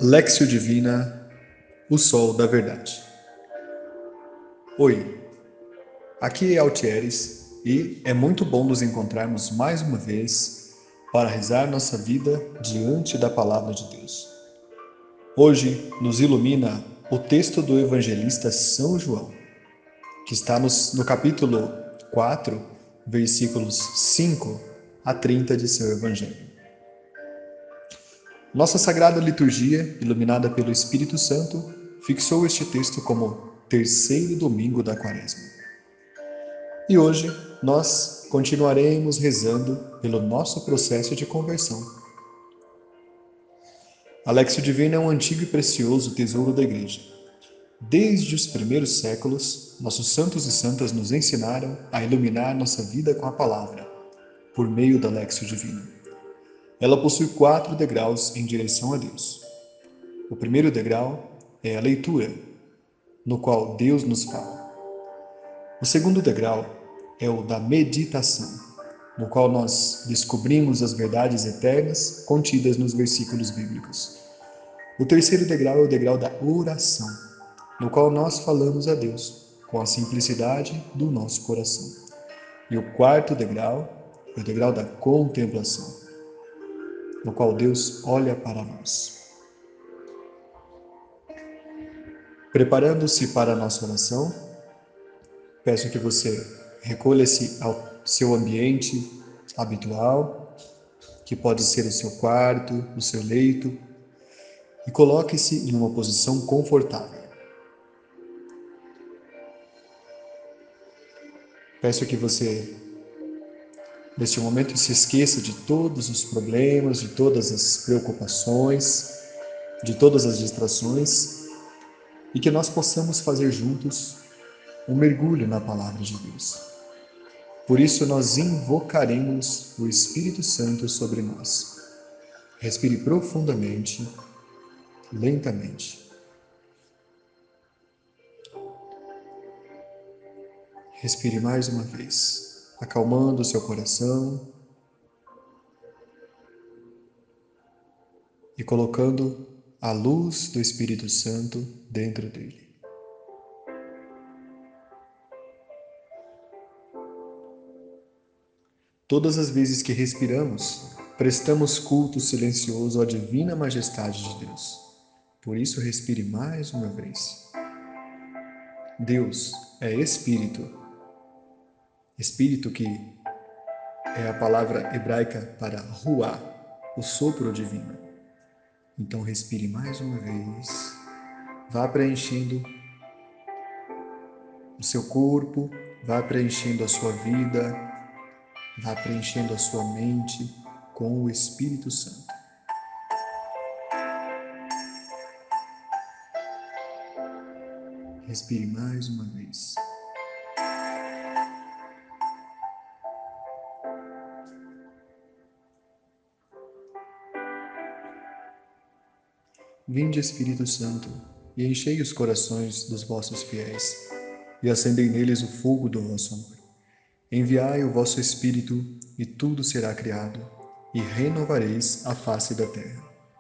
Léxio Divina, o Sol da Verdade. Oi, aqui é Altieres e é muito bom nos encontrarmos mais uma vez para rezar nossa vida diante da Palavra de Deus. Hoje nos ilumina o texto do evangelista São João, que está no capítulo 4, versículos 5 a 30 de seu evangelho. Nossa Sagrada Liturgia, iluminada pelo Espírito Santo, fixou este texto como terceiro domingo da Quaresma. E hoje nós continuaremos rezando pelo nosso processo de conversão. A Léxio Divina é um antigo e precioso tesouro da Igreja. Desde os primeiros séculos, nossos santos e santas nos ensinaram a iluminar nossa vida com a palavra, por meio da Léxio Divina. Ela possui 4 degraus em direção a Deus. O primeiro degrau é a leitura, no qual Deus nos fala. O segundo degrau é o da meditação, no qual nós descobrimos as verdades eternas contidas nos versículos bíblicos. O terceiro degrau é o degrau da oração, no qual nós falamos a Deus com a simplicidade do nosso coração. E o quarto degrau é o degrau da contemplação, no qual Deus olha para nós. Preparando-se para a nossa oração, peço que você recolha-se ao seu ambiente habitual, que pode ser o seu quarto, o seu leito, e coloque-se em uma posição confortável. Peço que você, neste momento, se esqueça de todos os problemas, de todas as preocupações, de todas as distrações, e que nós possamos fazer juntos um mergulho na Palavra de Deus. Por isso, nós invocaremos o Espírito Santo sobre nós. Respire profundamente, lentamente. Respire mais uma vez, acalmando o seu coração e colocando a luz do Espírito Santo dentro dele. Todas as vezes que respiramos, prestamos culto silencioso à divina majestade de Deus. Por isso, respire mais uma vez. Deus é Espírito. Espírito que é a palavra hebraica para ruá, o sopro divino. Então, respire mais uma vez. Vá preenchendo o seu corpo, vá preenchendo a sua vida, vá preenchendo a sua mente com o Espírito Santo. Respire mais uma vez. Vinde, Espírito Santo, e enchei os corações dos vossos fiéis, e acendei neles o fogo do vosso amor. Enviai o vosso Espírito, e tudo será criado, e renovareis a face da terra.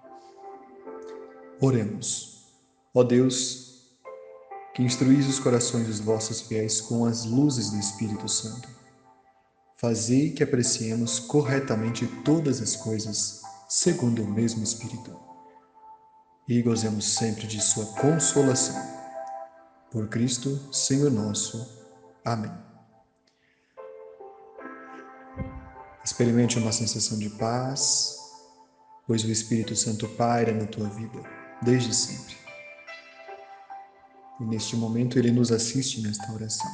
Oremos. Ó Deus, que instruís os corações dos vossos fiéis com as luzes do Espírito Santo, fazei que apreciemos corretamente todas as coisas, segundo o mesmo Espírito, e gozemos sempre de sua consolação. Por Cristo, Senhor nosso. Amém. Experimente uma sensação de paz, pois o Espírito Santo paira na tua vida, desde sempre. E neste momento ele nos assiste nesta oração.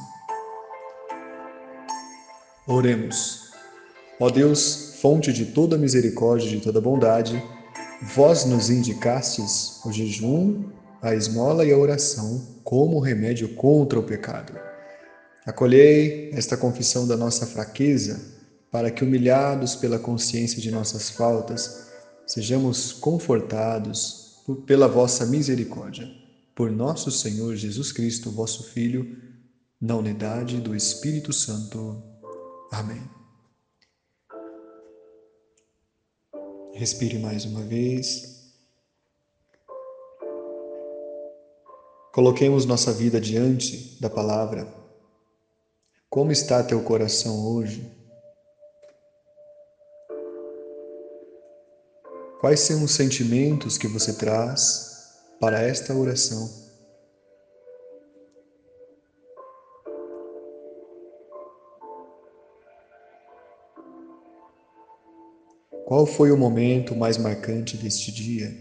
Oremos. Ó Deus, fonte de toda misericórdia e de toda bondade, vós nos indicastes o jejum, a esmola e a oração como remédio contra o pecado. Acolhei esta confissão da nossa fraqueza, para que, humilhados pela consciência de nossas faltas, sejamos confortados pela vossa misericórdia. Por nosso Senhor Jesus Cristo, vosso Filho, na unidade do Espírito Santo. Amém. Respire mais uma vez. Coloquemos nossa vida diante da palavra. Como está teu coração hoje? Quais são os sentimentos que você traz para esta oração? Qual foi o momento mais marcante deste dia?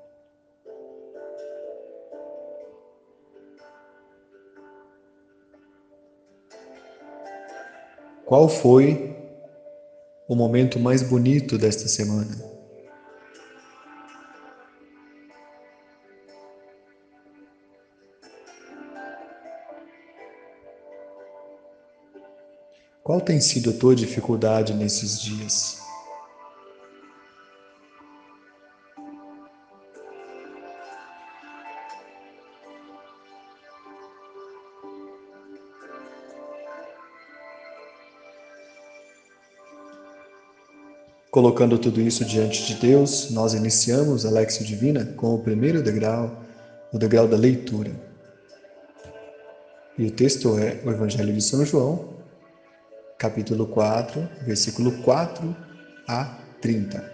Qual foi o momento mais bonito desta semana? Qual tem sido a tua dificuldade nesses dias? Colocando tudo isso diante de Deus, nós iniciamos a Lexio Divina com o primeiro degrau, o degrau da leitura. E o texto é o Evangelho de São João, capítulo 4, versículo 4 a 30.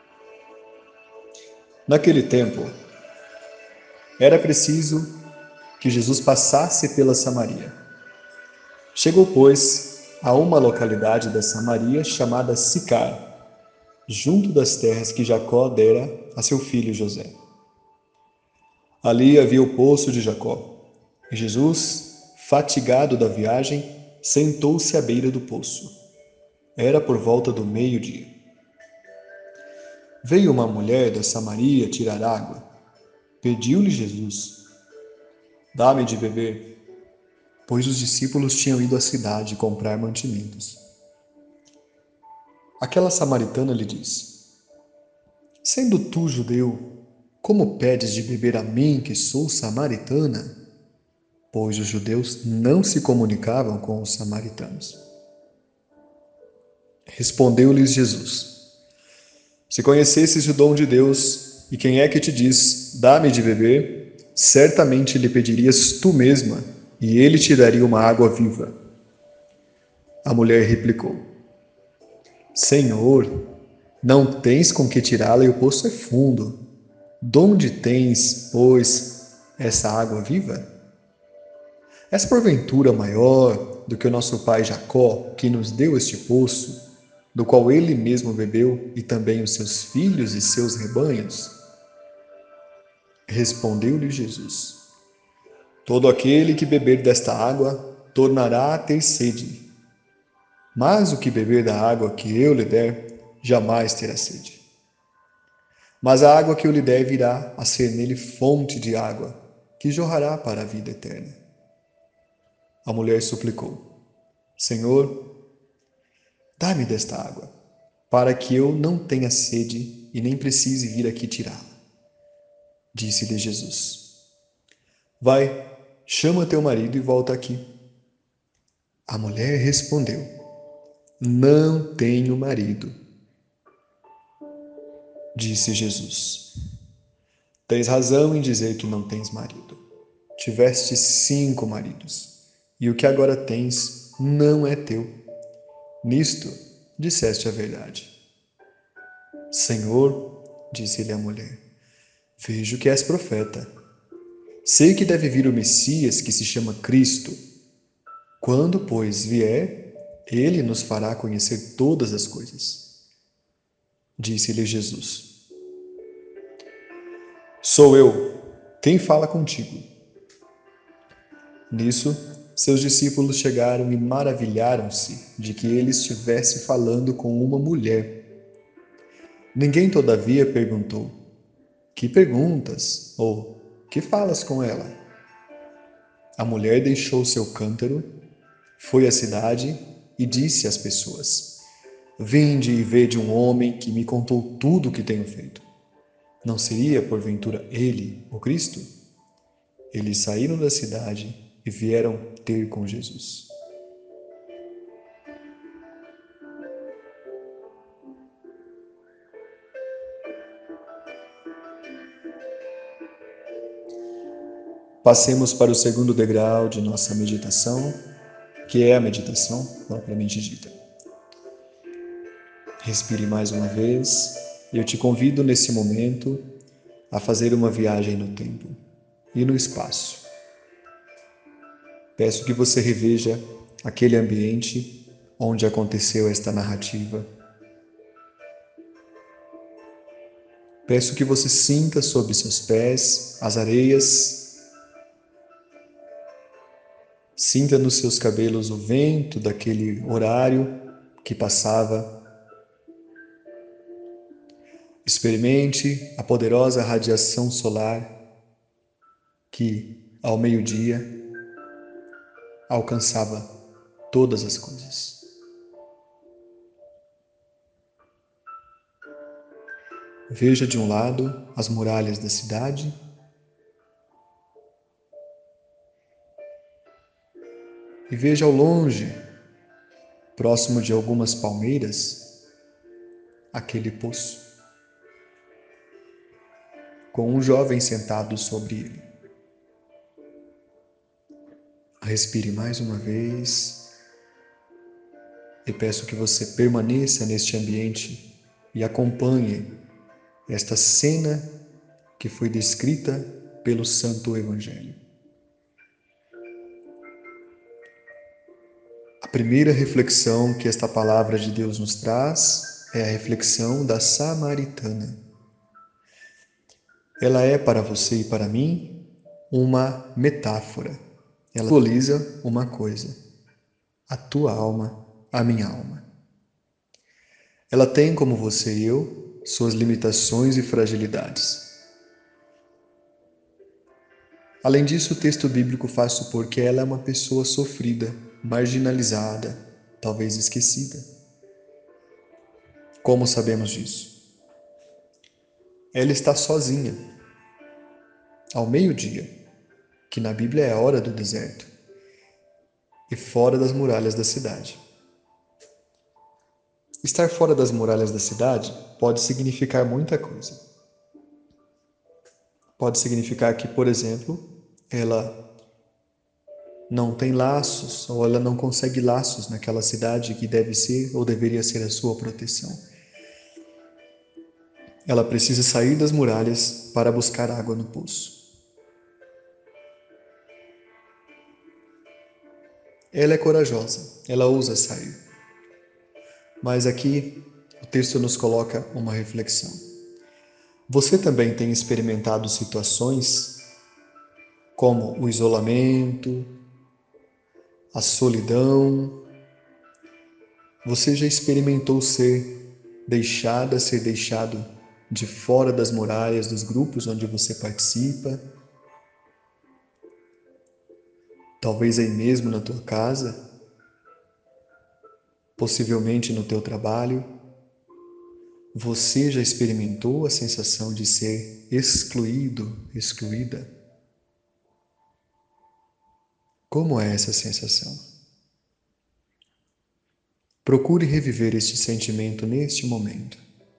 Naquele tempo, era preciso que Jesus passasse pela Samaria. Chegou, pois, a uma localidade da Samaria chamada Sicar, junto das terras que Jacó dera a seu filho José. Ali havia o poço de Jacó. E Jesus, fatigado da viagem, sentou-se à beira do poço. Era por volta do meio-dia. Veio uma mulher da Samaria tirar água. Pediu-lhe Jesus: Dá-me de beber, pois os discípulos tinham ido à cidade comprar mantimentos. Aquela samaritana lhe disse: Sendo tu judeu, como pedes de beber a mim, que sou samaritana? Pois os judeus não se comunicavam com os samaritanos. Respondeu-lhes Jesus: Se conhecesses o dom de Deus, e quem é que te diz, dá-me de beber, certamente lhe pedirias tu mesma, e ele te daria uma água viva. A mulher replicou: Senhor, não tens com que tirá-la e o poço é fundo. Donde tens, pois, essa água viva? És porventura maior do que o nosso pai Jacó, que nos deu este poço, do qual ele mesmo bebeu, e também os seus filhos e seus rebanhos? Respondeu-lhe Jesus: Todo aquele que beber desta água tornará a ter sede. Mas o que beber da água que eu lhe der, jamais terá sede. Mas a água que eu lhe der virá a ser nele fonte de água, que jorrará para a vida eterna. A mulher suplicou: Senhor, dá-me desta água, para que eu não tenha sede e nem precise vir aqui tirá-la. Disse-lhe Jesus: Vai, chama teu marido e volta aqui. A mulher respondeu: Não tenho marido. Disse Jesus: Tens razão em dizer que não tens marido. Tiveste 5 maridos, e o que agora tens não é teu. Nisto disseste a verdade. Senhor, disse-lhe a mulher, vejo que és profeta. Sei que deve vir o Messias, que se chama Cristo. Quando, pois, vier, ele nos fará conhecer todas as coisas. Disse-lhe Jesus: Sou eu, quem fala contigo. Nisso, seus discípulos chegaram e maravilharam-se de que ele estivesse falando com uma mulher. Ninguém, todavia, perguntou: Que perguntas? Ou que falas com ela? A mulher deixou seu cântaro, foi à cidade e disse às pessoas: Vinde e vede um homem que me contou tudo o que tenho feito. Não seria, porventura, ele, o Cristo? Eles saíram da cidade e vieram ter com Jesus. Passemos para o segundo degrau de nossa meditação, que é a meditação propriamente dita. Respire mais uma vez e eu te convido nesse momento a fazer uma viagem no tempo e no espaço. Peço que você reveja aquele ambiente onde aconteceu esta narrativa. Peço que você sinta sob seus pés as areias, sinta nos seus cabelos o vento daquele horário que passava. Experimente a poderosa radiação solar que, ao meio-dia, alcançava todas as coisas. Veja de um lado as muralhas da cidade e veja ao longe, próximo de algumas palmeiras, aquele poço, com um jovem sentado sobre ele. Respire mais uma vez e peço que você permaneça neste ambiente e acompanhe esta cena que foi descrita pelo Santo Evangelho. A primeira reflexão que esta palavra de Deus nos traz é a reflexão da samaritana. Ela é para você e para mim uma metáfora. Ela simboliza uma coisa: a tua alma, a minha alma. Ela tem, como você e eu, suas limitações e fragilidades. Além disso, o texto bíblico faz supor que ela é uma pessoa sofrida, marginalizada, talvez esquecida. Como sabemos disso? Ela está sozinha, ao meio-dia, que na Bíblia é a hora do deserto, e fora das muralhas da cidade. Estar fora das muralhas da cidade pode significar muita coisa. Pode significar que, por exemplo, ela não tem laços, ou ela não consegue laços naquela cidade que deve ser ou deveria ser a sua proteção. Ela precisa sair das muralhas para buscar água no poço. Ela é corajosa, ela ousa sair. Mas aqui o texto nos coloca uma reflexão. Você também tem experimentado situações como o isolamento, a solidão? Você já experimentou ser deixado de fora das muralhas dos grupos onde você participa? Talvez aí mesmo na tua casa, possivelmente no teu trabalho. Você já experimentou a sensação de ser excluído, excluída? Como é essa sensação? Procure reviver este sentimento neste momento.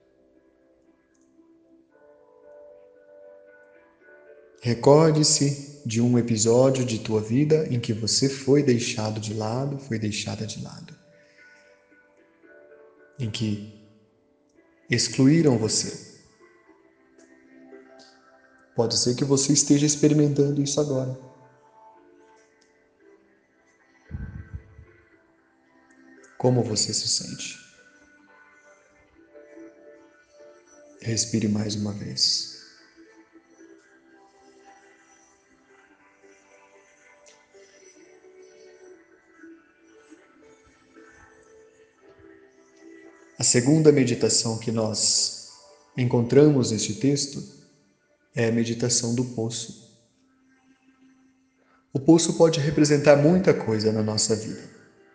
Recorde-se de um episódio de tua vida em que você foi deixado de lado, foi deixada de lado. Em que excluíram você. Pode ser que você esteja experimentando isso agora. Como você se sente? Respire mais uma vez. A segunda meditação que nós encontramos neste texto é a meditação do poço. O poço pode representar muita coisa na nossa vida.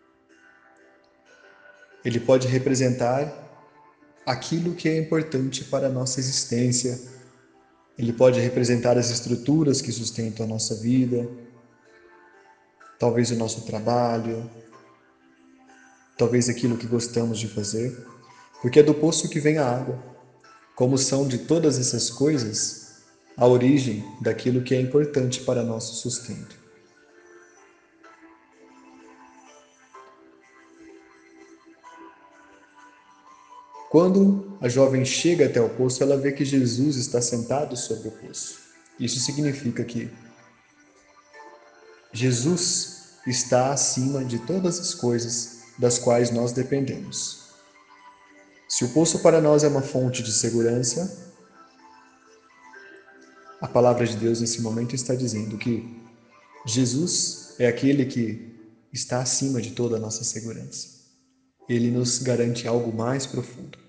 Ele pode representar aquilo que é importante para a nossa existência. Ele pode representar as estruturas que sustentam a nossa vida, talvez o nosso trabalho, talvez aquilo que gostamos de fazer, porque é do poço que vem a água. Como são de todas essas coisas, a origem daquilo que é importante para nosso sustento. Quando a jovem chega até o poço, ela vê que Jesus está sentado sobre o poço. Isso significa que Jesus está acima de todas as coisas das quais nós dependemos. Se o poço para nós é uma fonte de segurança, a palavra de Deus nesse momento está dizendo que Jesus é aquele que está acima de toda a nossa segurança. Ele nos garante algo mais profundo.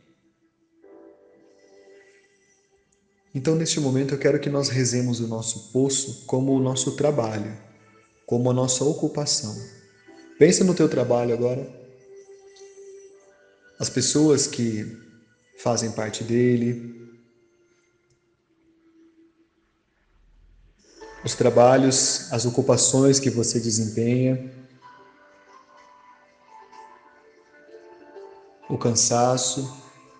Então, neste momento, eu quero que nós rezemos o nosso poço como o nosso trabalho, como a nossa ocupação. Pensa no teu trabalho agora, as pessoas que fazem parte dele, os trabalhos, as ocupações que você desempenha, o cansaço.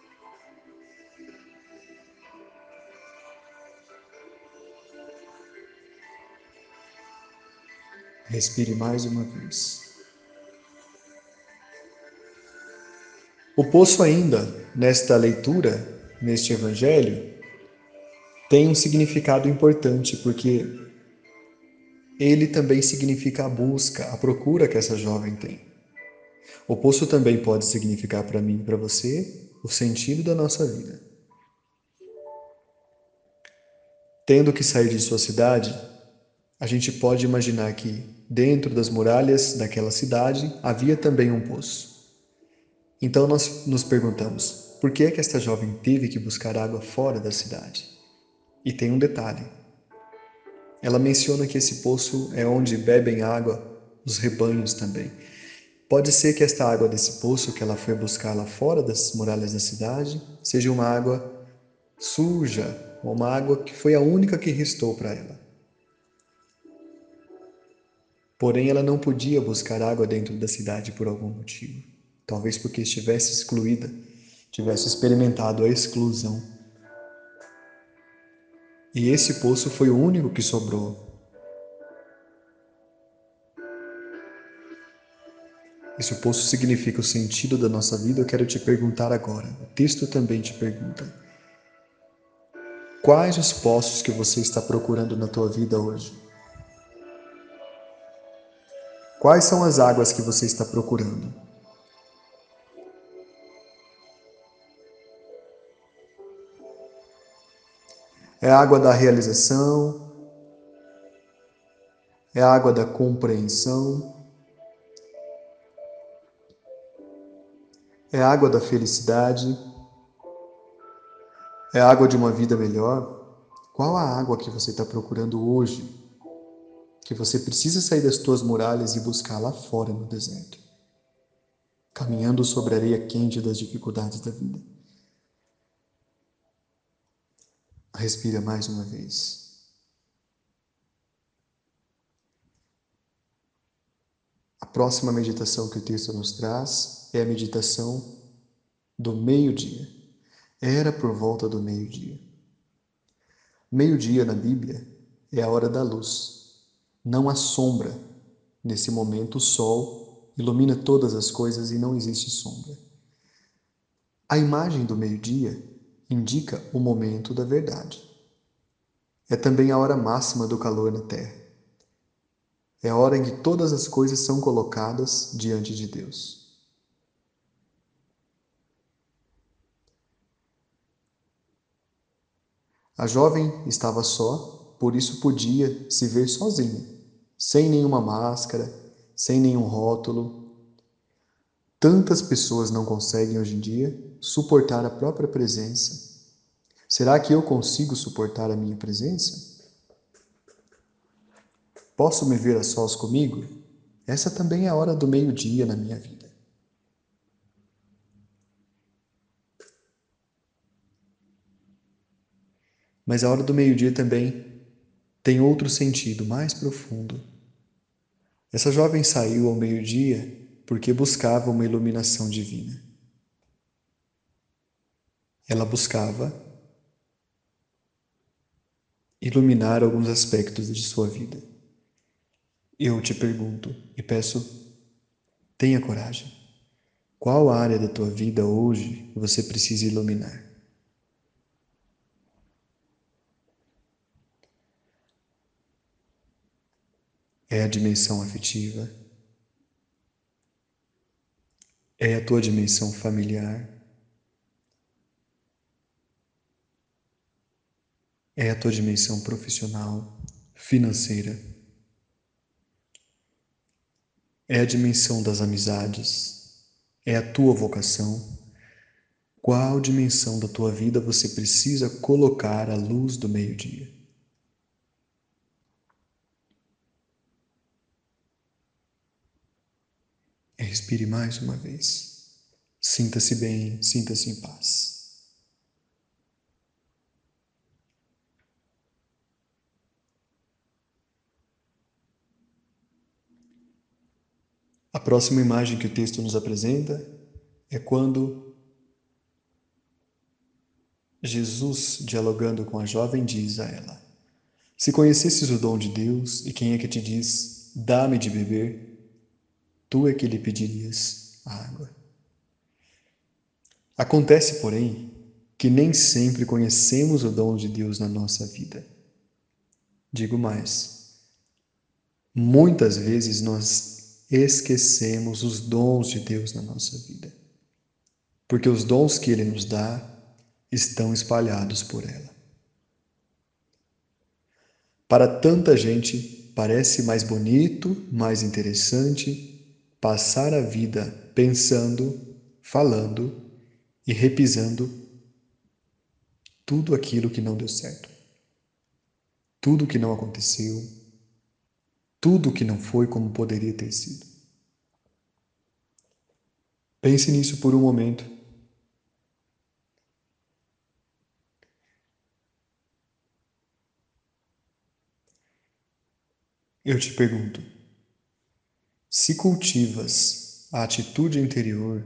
Respire mais uma vez. O poço ainda, nesta leitura, neste evangelho, tem um significado importante, porque ele também significa a busca, a procura que essa jovem tem. O poço também pode significar para mim e para você o sentido da nossa vida. Tendo que sair de sua cidade, a gente pode imaginar que dentro das muralhas daquela cidade havia também um poço. Então nós nos perguntamos, por que é que esta jovem teve que buscar água fora da cidade? E tem um detalhe. Ela menciona que esse poço é onde bebem água os rebanhos também. Pode ser que esta água desse poço que ela foi buscar lá fora das muralhas da cidade seja uma água suja, uma água que foi a única que restou para ela. Porém, ela não podia buscar água dentro da cidade por algum motivo. Talvez porque estivesse excluída, tivesse experimentado a exclusão. E esse poço foi o único que sobrou. E se o poço significa o sentido da nossa vida, eu quero te perguntar agora. O texto também te pergunta: quais os poços que você está procurando na tua vida hoje? Quais são as águas que você está procurando? É a água da realização? É a água da compreensão? É a água da felicidade? É a água de uma vida melhor? Qual a água que você está procurando hoje? Que você precisa sair das tuas muralhas e buscar lá fora no deserto, caminhando sobre a areia quente das dificuldades da vida. Respira mais uma vez. A próxima meditação que o texto nos traz é a meditação do meio-dia. Era por volta do meio-dia. Meio-dia na Bíblia é a hora da luz. Não há sombra. Nesse momento, o sol ilumina todas as coisas e não existe sombra. A imagem do meio-dia indica o momento da verdade. É também a hora máxima do calor na terra. É a hora em que todas as coisas são colocadas diante de Deus. A jovem estava só, por isso podia se ver sozinha, sem nenhuma máscara, sem nenhum rótulo. Tantas pessoas não conseguem hoje em dia suportar a própria presença. Será que eu consigo suportar a minha presença? Posso me ver a sós comigo? Essa também é a hora do meio-dia na minha vida. Mas a hora do meio-dia também tem outro sentido mais profundo. Essa jovem saiu ao meio-dia porque buscava uma iluminação divina. Ela buscava iluminar alguns aspectos de sua vida. Eu te pergunto e peço, tenha coragem. Qual área da tua vida hoje você precisa iluminar? É a dimensão afetiva? É a tua dimensão familiar? É a tua dimensão profissional, financeira? É a dimensão das amizades? É a tua vocação? Qual dimensão da tua vida você precisa colocar à luz do meio-dia? Respire mais uma vez. Sinta-se bem, sinta-se em paz. A próxima imagem que o texto nos apresenta é quando Jesus, dialogando com a jovem, diz a ela: Se conhecesses o dom de Deus e quem é que te diz, dá-me de beber, tu é que lhe pedirias a água. Acontece, porém, que nem sempre conhecemos o dom de Deus na nossa vida. Digo mais, muitas vezes nós esquecemos os dons de Deus na nossa vida, porque os dons que Ele nos dá estão espalhados por ela. Para tanta gente, parece mais bonito, mais interessante passar a vida pensando, falando e repisando tudo aquilo que não deu certo, tudo que não aconteceu, tudo que não foi como poderia ter sido. Pense nisso por um momento. Eu te pergunto, se cultivas a atitude interior,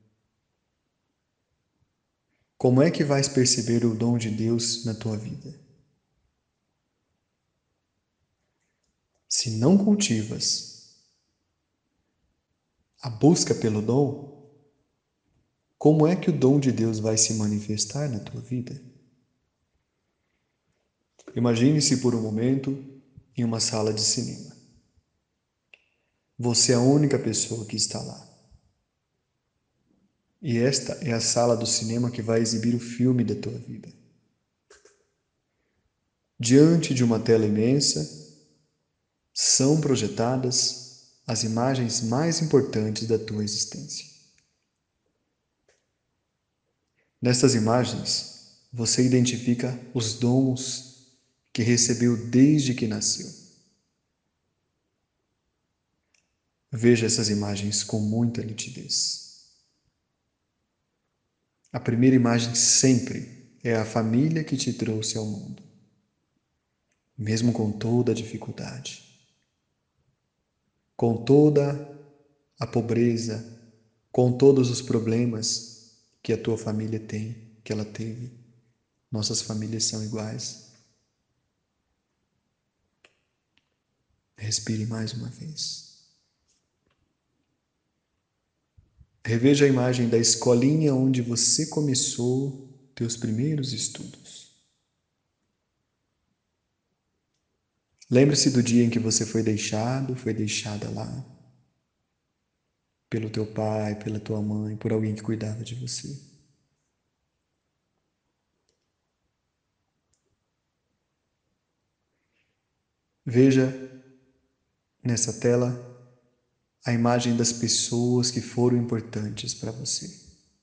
como é que vais perceber o dom de Deus na tua vida? Se não cultivas a busca pelo dom, como é que o dom de Deus vai se manifestar na tua vida? Imagine-se por um momento em uma sala de cinema. Você é a única pessoa que está lá. E esta é a sala do cinema que vai exibir o filme da tua vida. Diante de uma tela imensa, são projetadas as imagens mais importantes da tua existência. Nestas imagens, você identifica os dons que recebeu desde que nasceu. Veja essas imagens com muita nitidez. A primeira imagem sempre é a família que te trouxe ao mundo, mesmo com toda a dificuldade, com toda a pobreza, com todos os problemas que a tua família tem, que ela teve. Nossas famílias são iguais. Respire mais uma vez. Reveja a imagem da escolinha onde você começou teus primeiros estudos. Lembre-se do dia em que você foi deixado, foi deixada lá, pelo teu pai, pela tua mãe, por alguém que cuidava de você. Veja nessa tela a imagem das pessoas que foram importantes para você.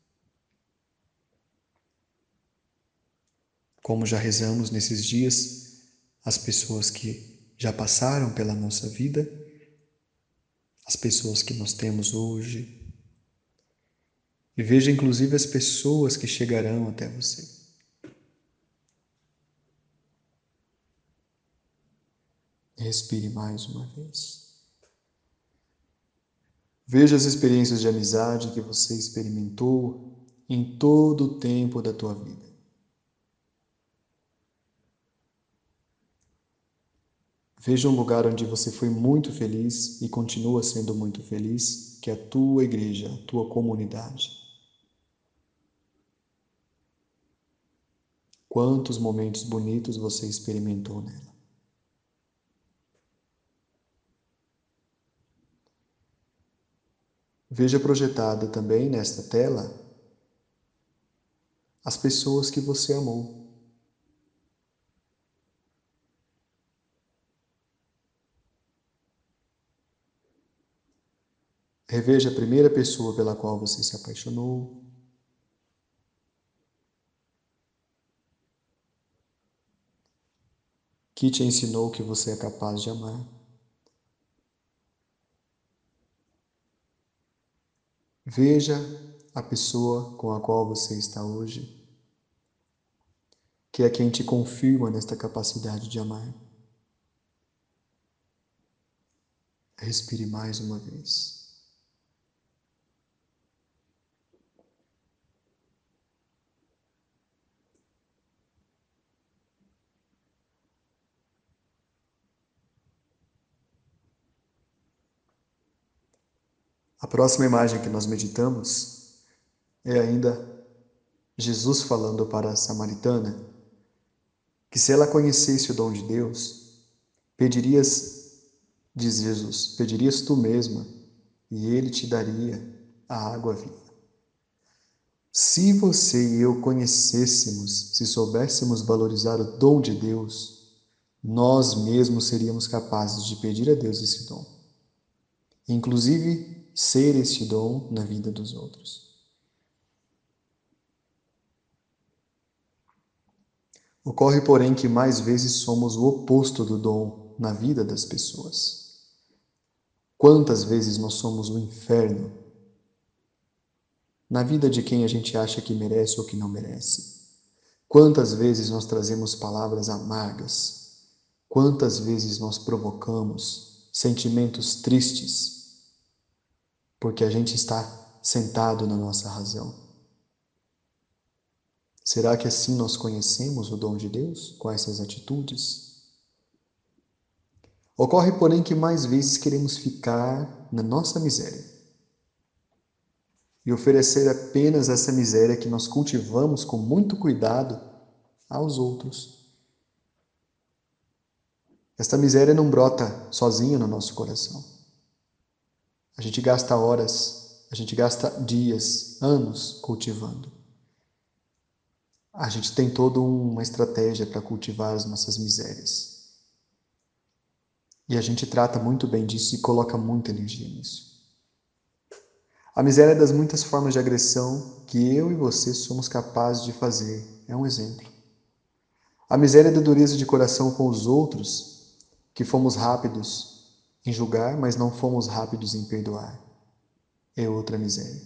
Como já rezamos nesses dias, as pessoas que já passaram pela nossa vida, as pessoas que nós temos hoje, e veja inclusive as pessoas que chegarão até você. Respire mais uma vez. Veja as experiências de amizade que você experimentou em todo o tempo da tua vida. Veja um lugar onde você foi muito feliz e continua sendo muito feliz, que é a tua igreja, a tua comunidade. Quantos momentos bonitos você experimentou nela. Veja projetada também nesta tela as pessoas que você amou. Reveja a primeira pessoa pela qual você se apaixonou. Que te ensinou que você é capaz de amar. Veja a pessoa com a qual você está hoje, que é quem te confirma nesta capacidade de amar. Respire mais uma vez. A próxima imagem que nós meditamos é ainda Jesus falando para a samaritana que se ela conhecesse o dom de Deus, pedirias, diz Jesus, pedirias tu mesma e ele te daria a água viva. Se você e eu conhecêssemos, se soubéssemos valorizar o dom de Deus, nós mesmos seríamos capazes de pedir a Deus esse dom. Inclusive, ser este dom na vida dos outros. Ocorre, porém, que mais vezes somos o oposto do dom na vida das pessoas. Quantas vezes nós somos o inferno na vida de quem a gente acha que merece ou que não merece? Quantas vezes nós trazemos palavras amargas? Quantas vezes nós provocamos sentimentos tristes porque a gente está sentado na nossa razão? Será que assim nós conhecemos o dom de Deus com essas atitudes? Ocorre, porém, que mais vezes queremos ficar na nossa miséria e oferecer apenas essa miséria que nós cultivamos com muito cuidado aos outros. Esta miséria não brota sozinha no nosso coração. A gente gasta horas, a gente gasta dias, anos cultivando. A gente tem toda uma estratégia para cultivar as nossas misérias. E a gente trata muito bem disso e coloca muita energia nisso. A miséria é das muitas formas de agressão que eu e você somos capazes de fazer. É um exemplo. A miséria é da dureza de coração com os outros, que fomos rápidos em julgar, mas não fomos rápidos em perdoar. É outra miséria.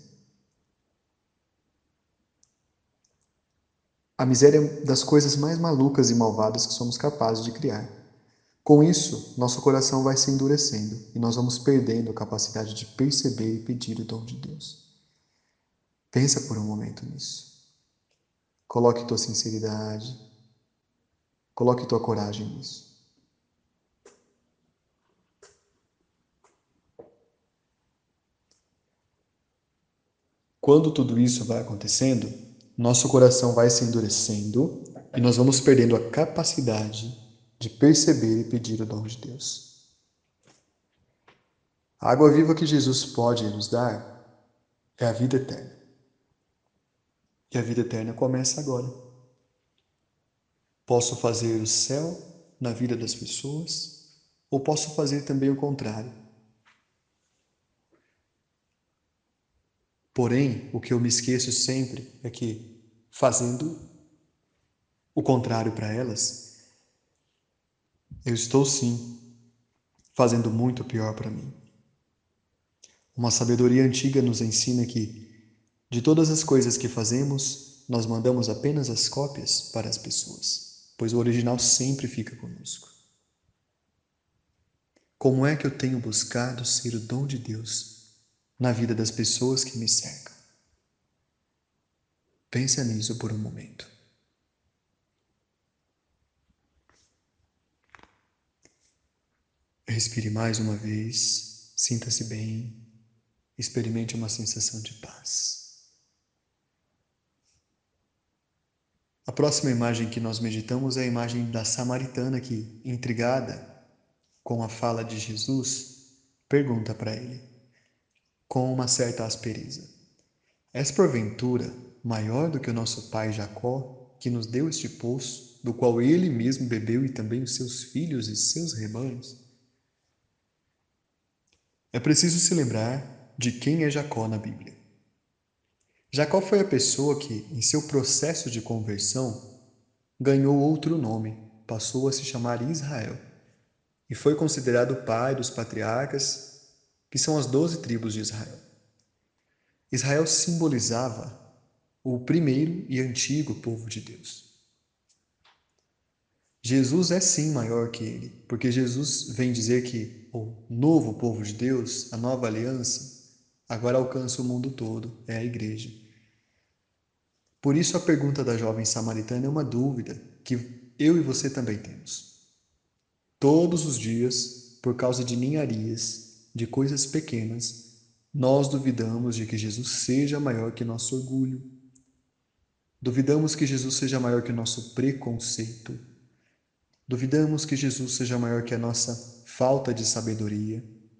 A miséria é das coisas mais malucas e malvadas que somos capazes de criar. Com isso, nosso coração vai se endurecendo e nós vamos perdendo a capacidade de perceber e pedir o dom de Deus. Pensa por um momento nisso. Coloque tua sinceridade, coloque tua coragem nisso. Quando tudo isso vai acontecendo, nosso coração vai se endurecendo e nós vamos perdendo a capacidade de perceber e pedir o dom de Deus. A água viva que Jesus pode nos dar é a vida eterna. E a vida eterna começa agora. Posso fazer o céu na vida das pessoas, ou posso fazer também o contrário. Porém, o que eu me esqueço sempre é que, fazendo o contrário para elas, eu estou sim fazendo muito pior para mim. Uma sabedoria antiga nos ensina que, de todas as coisas que fazemos, nós mandamos apenas as cópias para as pessoas, pois o original sempre fica conosco. Como é que eu tenho buscado ser o dom de Deus na vida das pessoas que me cercam? Pensa nisso por um momento. Respire mais uma vez, sinta-se bem, experimente uma sensação de paz. A próxima imagem que nós meditamos é a imagem da samaritana que, intrigada com a fala de Jesus, pergunta para ele, com uma certa aspereza: És porventura maior do que o nosso pai Jacó, que nos deu este poço, do qual ele mesmo bebeu e também os seus filhos e seus rebanhos? É preciso se lembrar de quem é Jacó na Bíblia. Jacó foi a pessoa que, em seu processo de conversão, ganhou outro nome, passou a se chamar Israel, e foi considerado o pai dos patriarcas, que são as 12 tribos de Israel. Israel simbolizava o primeiro e antigo povo de Deus. Jesus é sim maior que ele, porque Jesus vem dizer que o novo povo de Deus, a nova aliança, agora alcança o mundo todo, é a igreja. Por isso a pergunta da jovem samaritana é uma dúvida que eu e você também temos. Todos os dias, por causa de ninharias, de coisas pequenas, nós duvidamos de que Jesus seja maior que nosso orgulho. Duvidamos que Jesus seja maior que nosso preconceito. Duvidamos que Jesus seja maior que a nossa falta de sabedoria.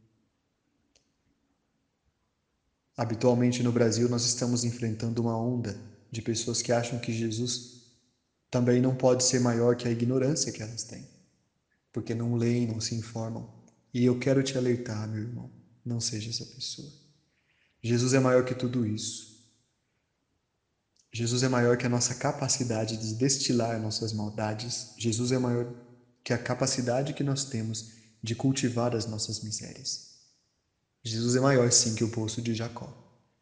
Habitualmente no Brasil, nós estamos enfrentando uma onda de pessoas que acham que Jesus também não pode ser maior que a ignorância que elas têm, porque não leem, não se informam. E eu quero te alertar, meu irmão, não seja essa pessoa. Jesus é maior que tudo isso. Jesus é maior que a nossa capacidade de destilar nossas maldades. Jesus é maior que a capacidade que nós temos de cultivar as nossas misérias. Jesus é maior, sim, que o poço de Jacó.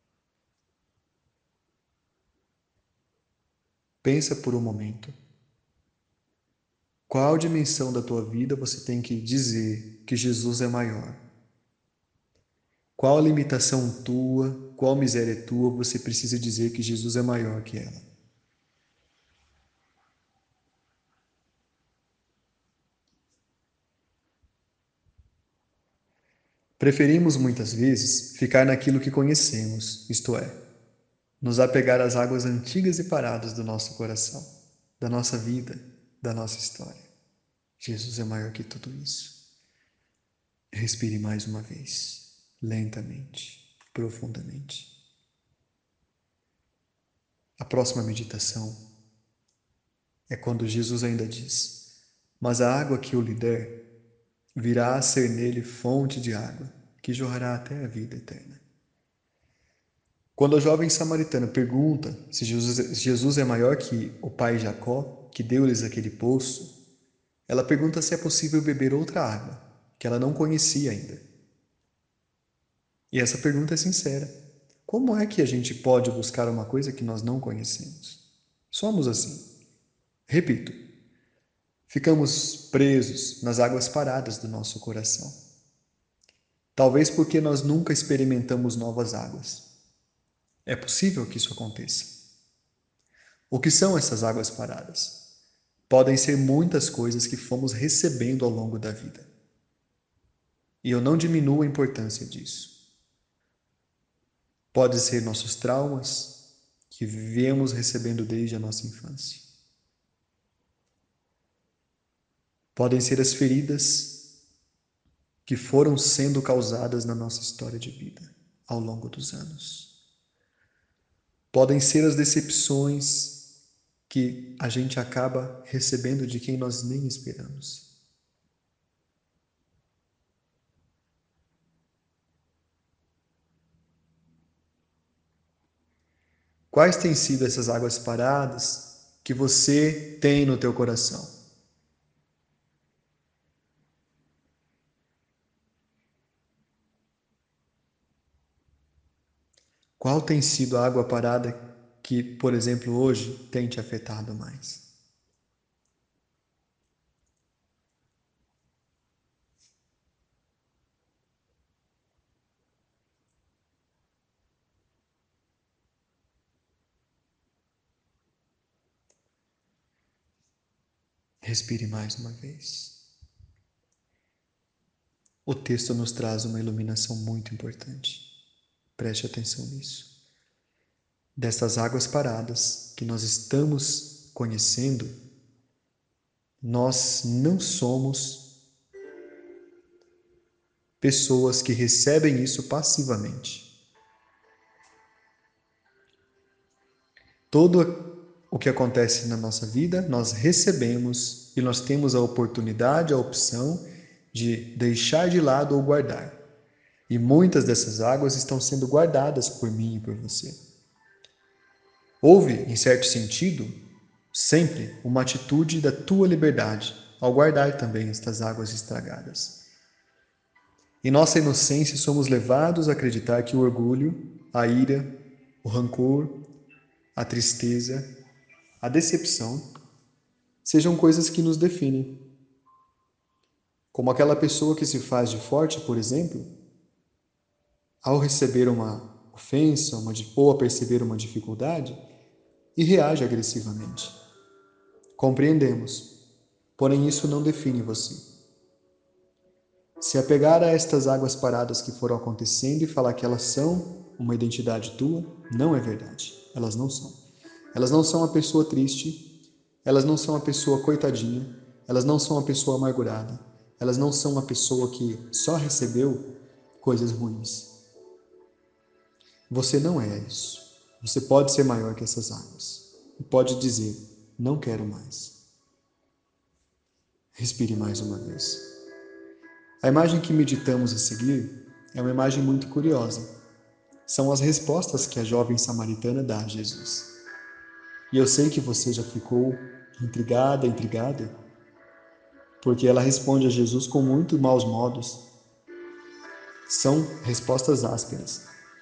Pensa por um momento. Qual dimensão da tua vida você tem que dizer que Jesus é maior? Qual limitação tua, qual miséria tua você precisa dizer que Jesus é maior que ela? Preferimos muitas vezes ficar naquilo que conhecemos, isto é, nos apegar às águas antigas e paradas do nosso coração, da nossa vida, da nossa história. Jesus é maior que tudo isso. Respire mais uma vez, lentamente, profundamente. A próxima meditação é quando Jesus ainda diz: Mas a água que eu lhe der virá a ser nele fonte de água, que jorrará até a vida eterna. Quando a jovem samaritana pergunta se Jesus é maior que o pai Jacó, que deu-lhes aquele poço, ela pergunta se é possível beber outra água, que ela não conhecia ainda. E essa pergunta é sincera. Como é que a gente pode buscar uma coisa que nós não conhecemos? Somos assim. Repito, ficamos presos nas águas paradas do nosso coração. Talvez porque nós nunca experimentamos novas águas. É possível que isso aconteça. O que são essas águas paradas? Podem ser muitas coisas que fomos recebendo ao longo da vida. E eu não diminuo a importância disso. Pode ser nossos traumas, que viemos recebendo desde a nossa infância. Podem ser as feridas que foram sendo causadas na nossa história de vida ao longo dos anos. Podem ser as decepções que a gente acaba recebendo de quem nós nem esperamos. Quais têm sido essas águas paradas que você tem no teu coração? Qual tem sido a água parada que, por exemplo, hoje tem te afetado mais? Respire mais uma vez. O texto nos traz uma iluminação muito importante. Preste atenção nisso. Dessas águas paradas que nós estamos conhecendo, nós não somos pessoas que recebem isso passivamente. Todo o que acontece na nossa vida, nós recebemos e nós temos a oportunidade, a opção de deixar de lado ou guardar. E muitas dessas águas estão sendo guardadas por mim e por você. Houve, em certo sentido, sempre uma atitude da tua liberdade ao guardar também estas águas estragadas. Em nossa inocência, somos levados a acreditar que o orgulho, a ira, o rancor, a tristeza, a decepção sejam coisas que nos definem. Como aquela pessoa que se faz de forte, por exemplo, ao receber uma ofensa ou a perceber uma dificuldade, e reage agressivamente. Compreendemos, porém isso não define você. Se apegar a estas águas paradas que foram acontecendo e falar que elas são uma identidade tua, não é verdade. Elas não são. Elas não são uma pessoa triste, elas não são uma pessoa coitadinha, elas não são uma pessoa amargurada, elas não são uma pessoa que só recebeu coisas ruins. Você não é isso. Você pode ser maior que essas águas. E pode dizer, não quero mais. Respire mais uma vez. A imagem que meditamos a seguir é uma imagem muito curiosa. São as respostas que a jovem samaritana dá a Jesus. E eu sei que você já ficou intrigada, porque ela responde a Jesus com muito maus modos. São respostas ásperas.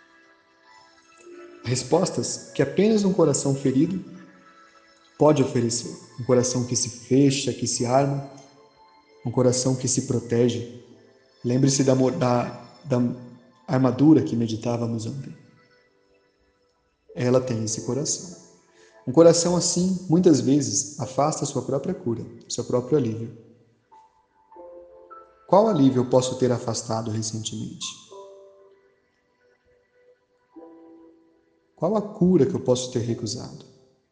Respostas que apenas um coração ferido pode oferecer. Um coração que se fecha, que se arma, um coração que se protege. Lembre-se da armadura que meditávamos ontem. Ela tem esse coração. Um coração assim, muitas vezes, afasta a sua própria cura, seu próprio alívio. Qual alívio eu posso ter afastado recentemente? Qual a cura que eu posso ter recusado?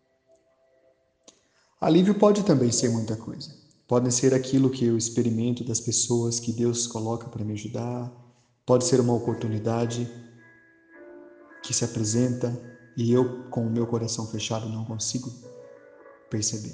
Alívio pode também ser muita coisa. Pode ser aquilo que eu experimento das pessoas que Deus coloca para me ajudar. Pode ser uma oportunidade que se apresenta e eu, com o meu coração fechado, não consigo perceber.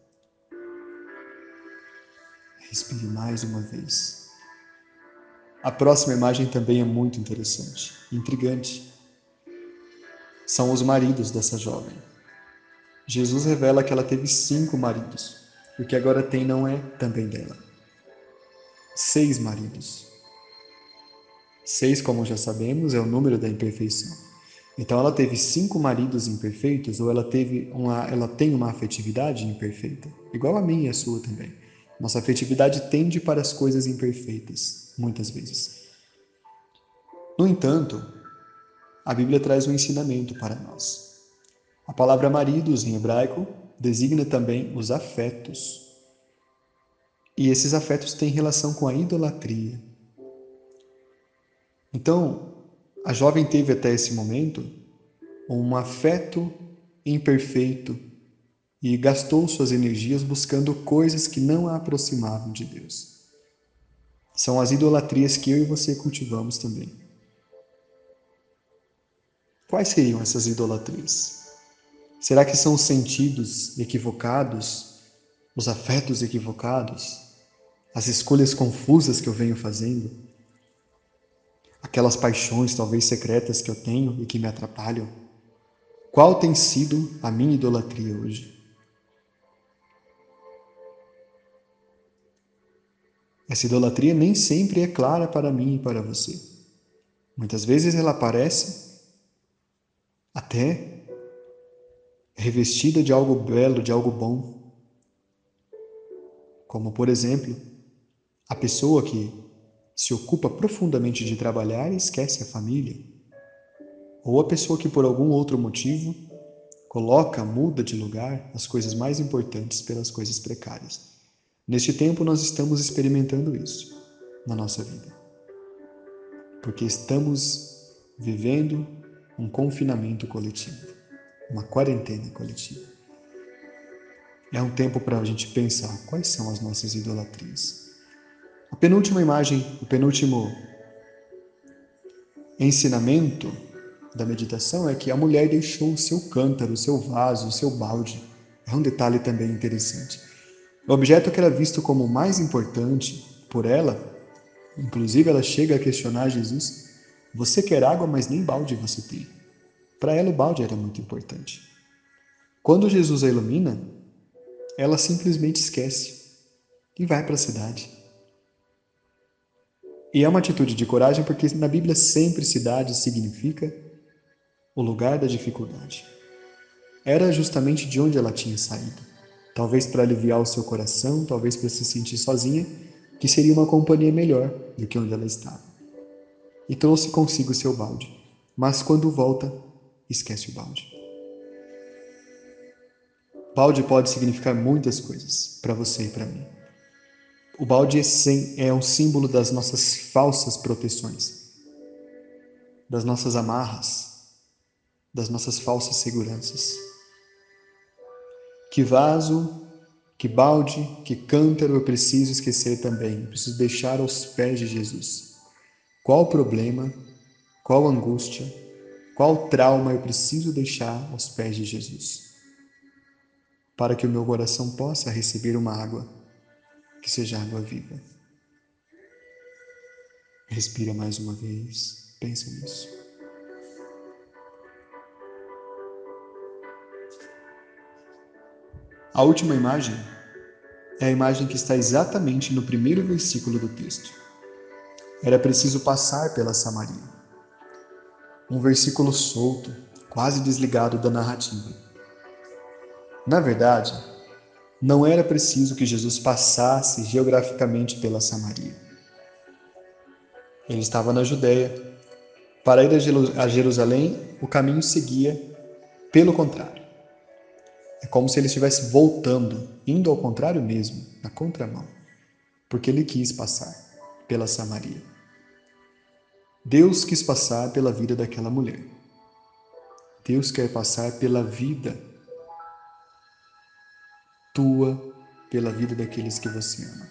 Respire mais uma vez. A próxima imagem também é muito interessante, intrigante. São os maridos dessa jovem. Jesus revela que ela teve 5 maridos. E o que agora tem não é também dela. 6 maridos. 6, como já sabemos, é o número da imperfeição. Então ela teve 5 maridos imperfeitos, ou ela tem uma afetividade imperfeita, igual a minha e a sua também. Nossa afetividade tende para as coisas imperfeitas, muitas vezes. No entanto, a Bíblia traz um ensinamento para nós. A palavra maridos em hebraico designa também os afetos. E esses afetos têm relação com a idolatria. Então, a jovem teve até esse momento um afeto imperfeito e gastou suas energias buscando coisas que não a aproximavam de Deus. São as idolatrias que eu e você cultivamos também. Quais seriam essas idolatrias? Será que são os sentidos equivocados, os afetos equivocados, as escolhas confusas que eu venho fazendo? Aquelas paixões talvez secretas que eu tenho e que me atrapalham? Qual tem sido a minha idolatria hoje? Essa idolatria nem sempre é clara para mim e para você. Muitas vezes ela aparece até revestida de algo belo, de algo bom. Como, por exemplo, a pessoa que se ocupa profundamente de trabalhar e esquece a família. Ou a pessoa que, por algum outro motivo, muda de lugar as coisas mais importantes pelas coisas precárias. Neste tempo, nós estamos experimentando isso na nossa vida. porque estamos vivendo um confinamento coletivo, uma quarentena coletiva. É um tempo para a gente pensar quais são as nossas idolatrias. A penúltima imagem, o penúltimo ensinamento da meditação é que a mulher deixou o seu cântaro, o seu vaso, o seu balde. É um detalhe também interessante. O objeto que era visto como o mais importante por ela, inclusive ela chega a questionar Jesus: você quer água, mas nem balde você tem. Para ela o balde era muito importante. Quando Jesus a ilumina, ela simplesmente esquece e vai para a cidade. E é uma atitude de coragem porque na Bíblia sempre cidade significa o lugar da dificuldade. Era justamente de onde ela tinha saído. Talvez para aliviar o seu coração, talvez para se sentir sozinha, que seria uma companhia melhor do que onde ela estava. E trouxe consigo seu balde. Mas quando volta, esquece o balde. Balde pode significar muitas coisas para você e para mim. O balde é um símbolo das nossas falsas proteções, das nossas amarras, das nossas falsas seguranças. Que vaso, que balde, que cântaro eu preciso esquecer também? Eu preciso deixar aos pés de Jesus. Qual o problema, qual angústia, qual trauma eu preciso deixar aos pés de Jesus? Para que o meu coração possa receber uma água, que seja água viva. Respira mais uma vez, pensa nisso. A última imagem é a imagem que está exatamente no primeiro versículo do texto. Era preciso passar pela Samaria. Um versículo solto, quase desligado da narrativa. Na verdade, não era preciso que Jesus passasse geograficamente pela Samaria. Ele estava na Judéia. Para ir a Jerusalém, o caminho seguia pelo contrário. É como se ele estivesse voltando, indo ao contrário mesmo, na contramão, porque ele quis passar pela Samaria. Deus quis passar pela vida daquela mulher. Deus quer passar pela vida tua, pela vida daqueles que você ama.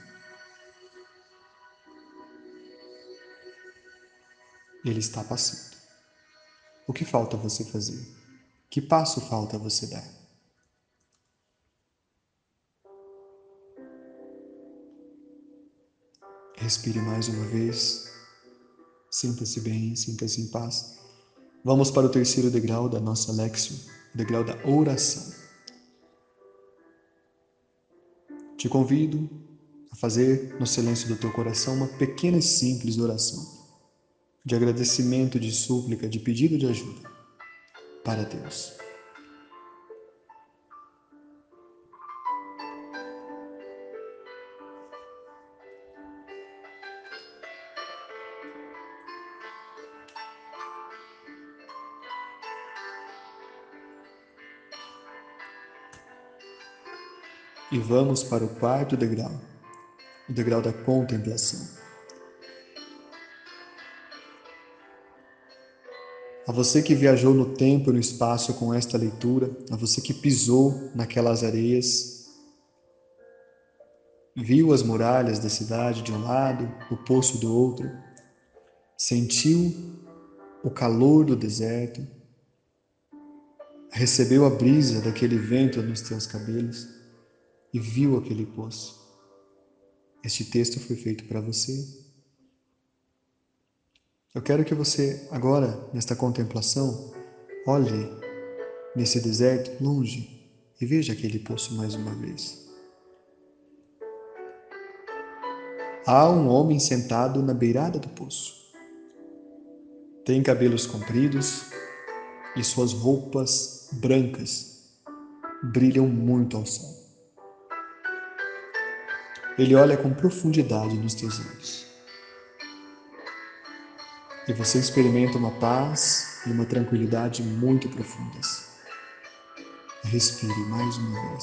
Ele está passando. O que falta você fazer? Que passo falta você dar? Respire mais uma vez. Sinta-se bem, sinta-se em paz. Vamos para o terceiro degrau da nossa Lexio, o degrau da oração. Te convido a fazer no silêncio do teu coração uma pequena e simples oração de agradecimento, de súplica, de pedido de ajuda para Deus. E vamos para o quarto degrau, o degrau da contemplação. A você que viajou no tempo e no espaço com esta leitura, a você que pisou naquelas areias, viu as muralhas da cidade de um lado, o poço do outro, sentiu o calor do deserto, recebeu a brisa daquele vento nos teus cabelos e viu aquele poço. Este texto foi feito para você. Eu quero que você, agora, nesta contemplação, olhe nesse deserto longe e veja aquele poço mais uma vez. Há um homem sentado na beirada do poço. Tem cabelos compridos e suas roupas brancas brilham muito ao sol. Ele olha com profundidade nos teus olhos. E você experimenta uma paz e uma tranquilidade muito profundas. Respire mais uma vez.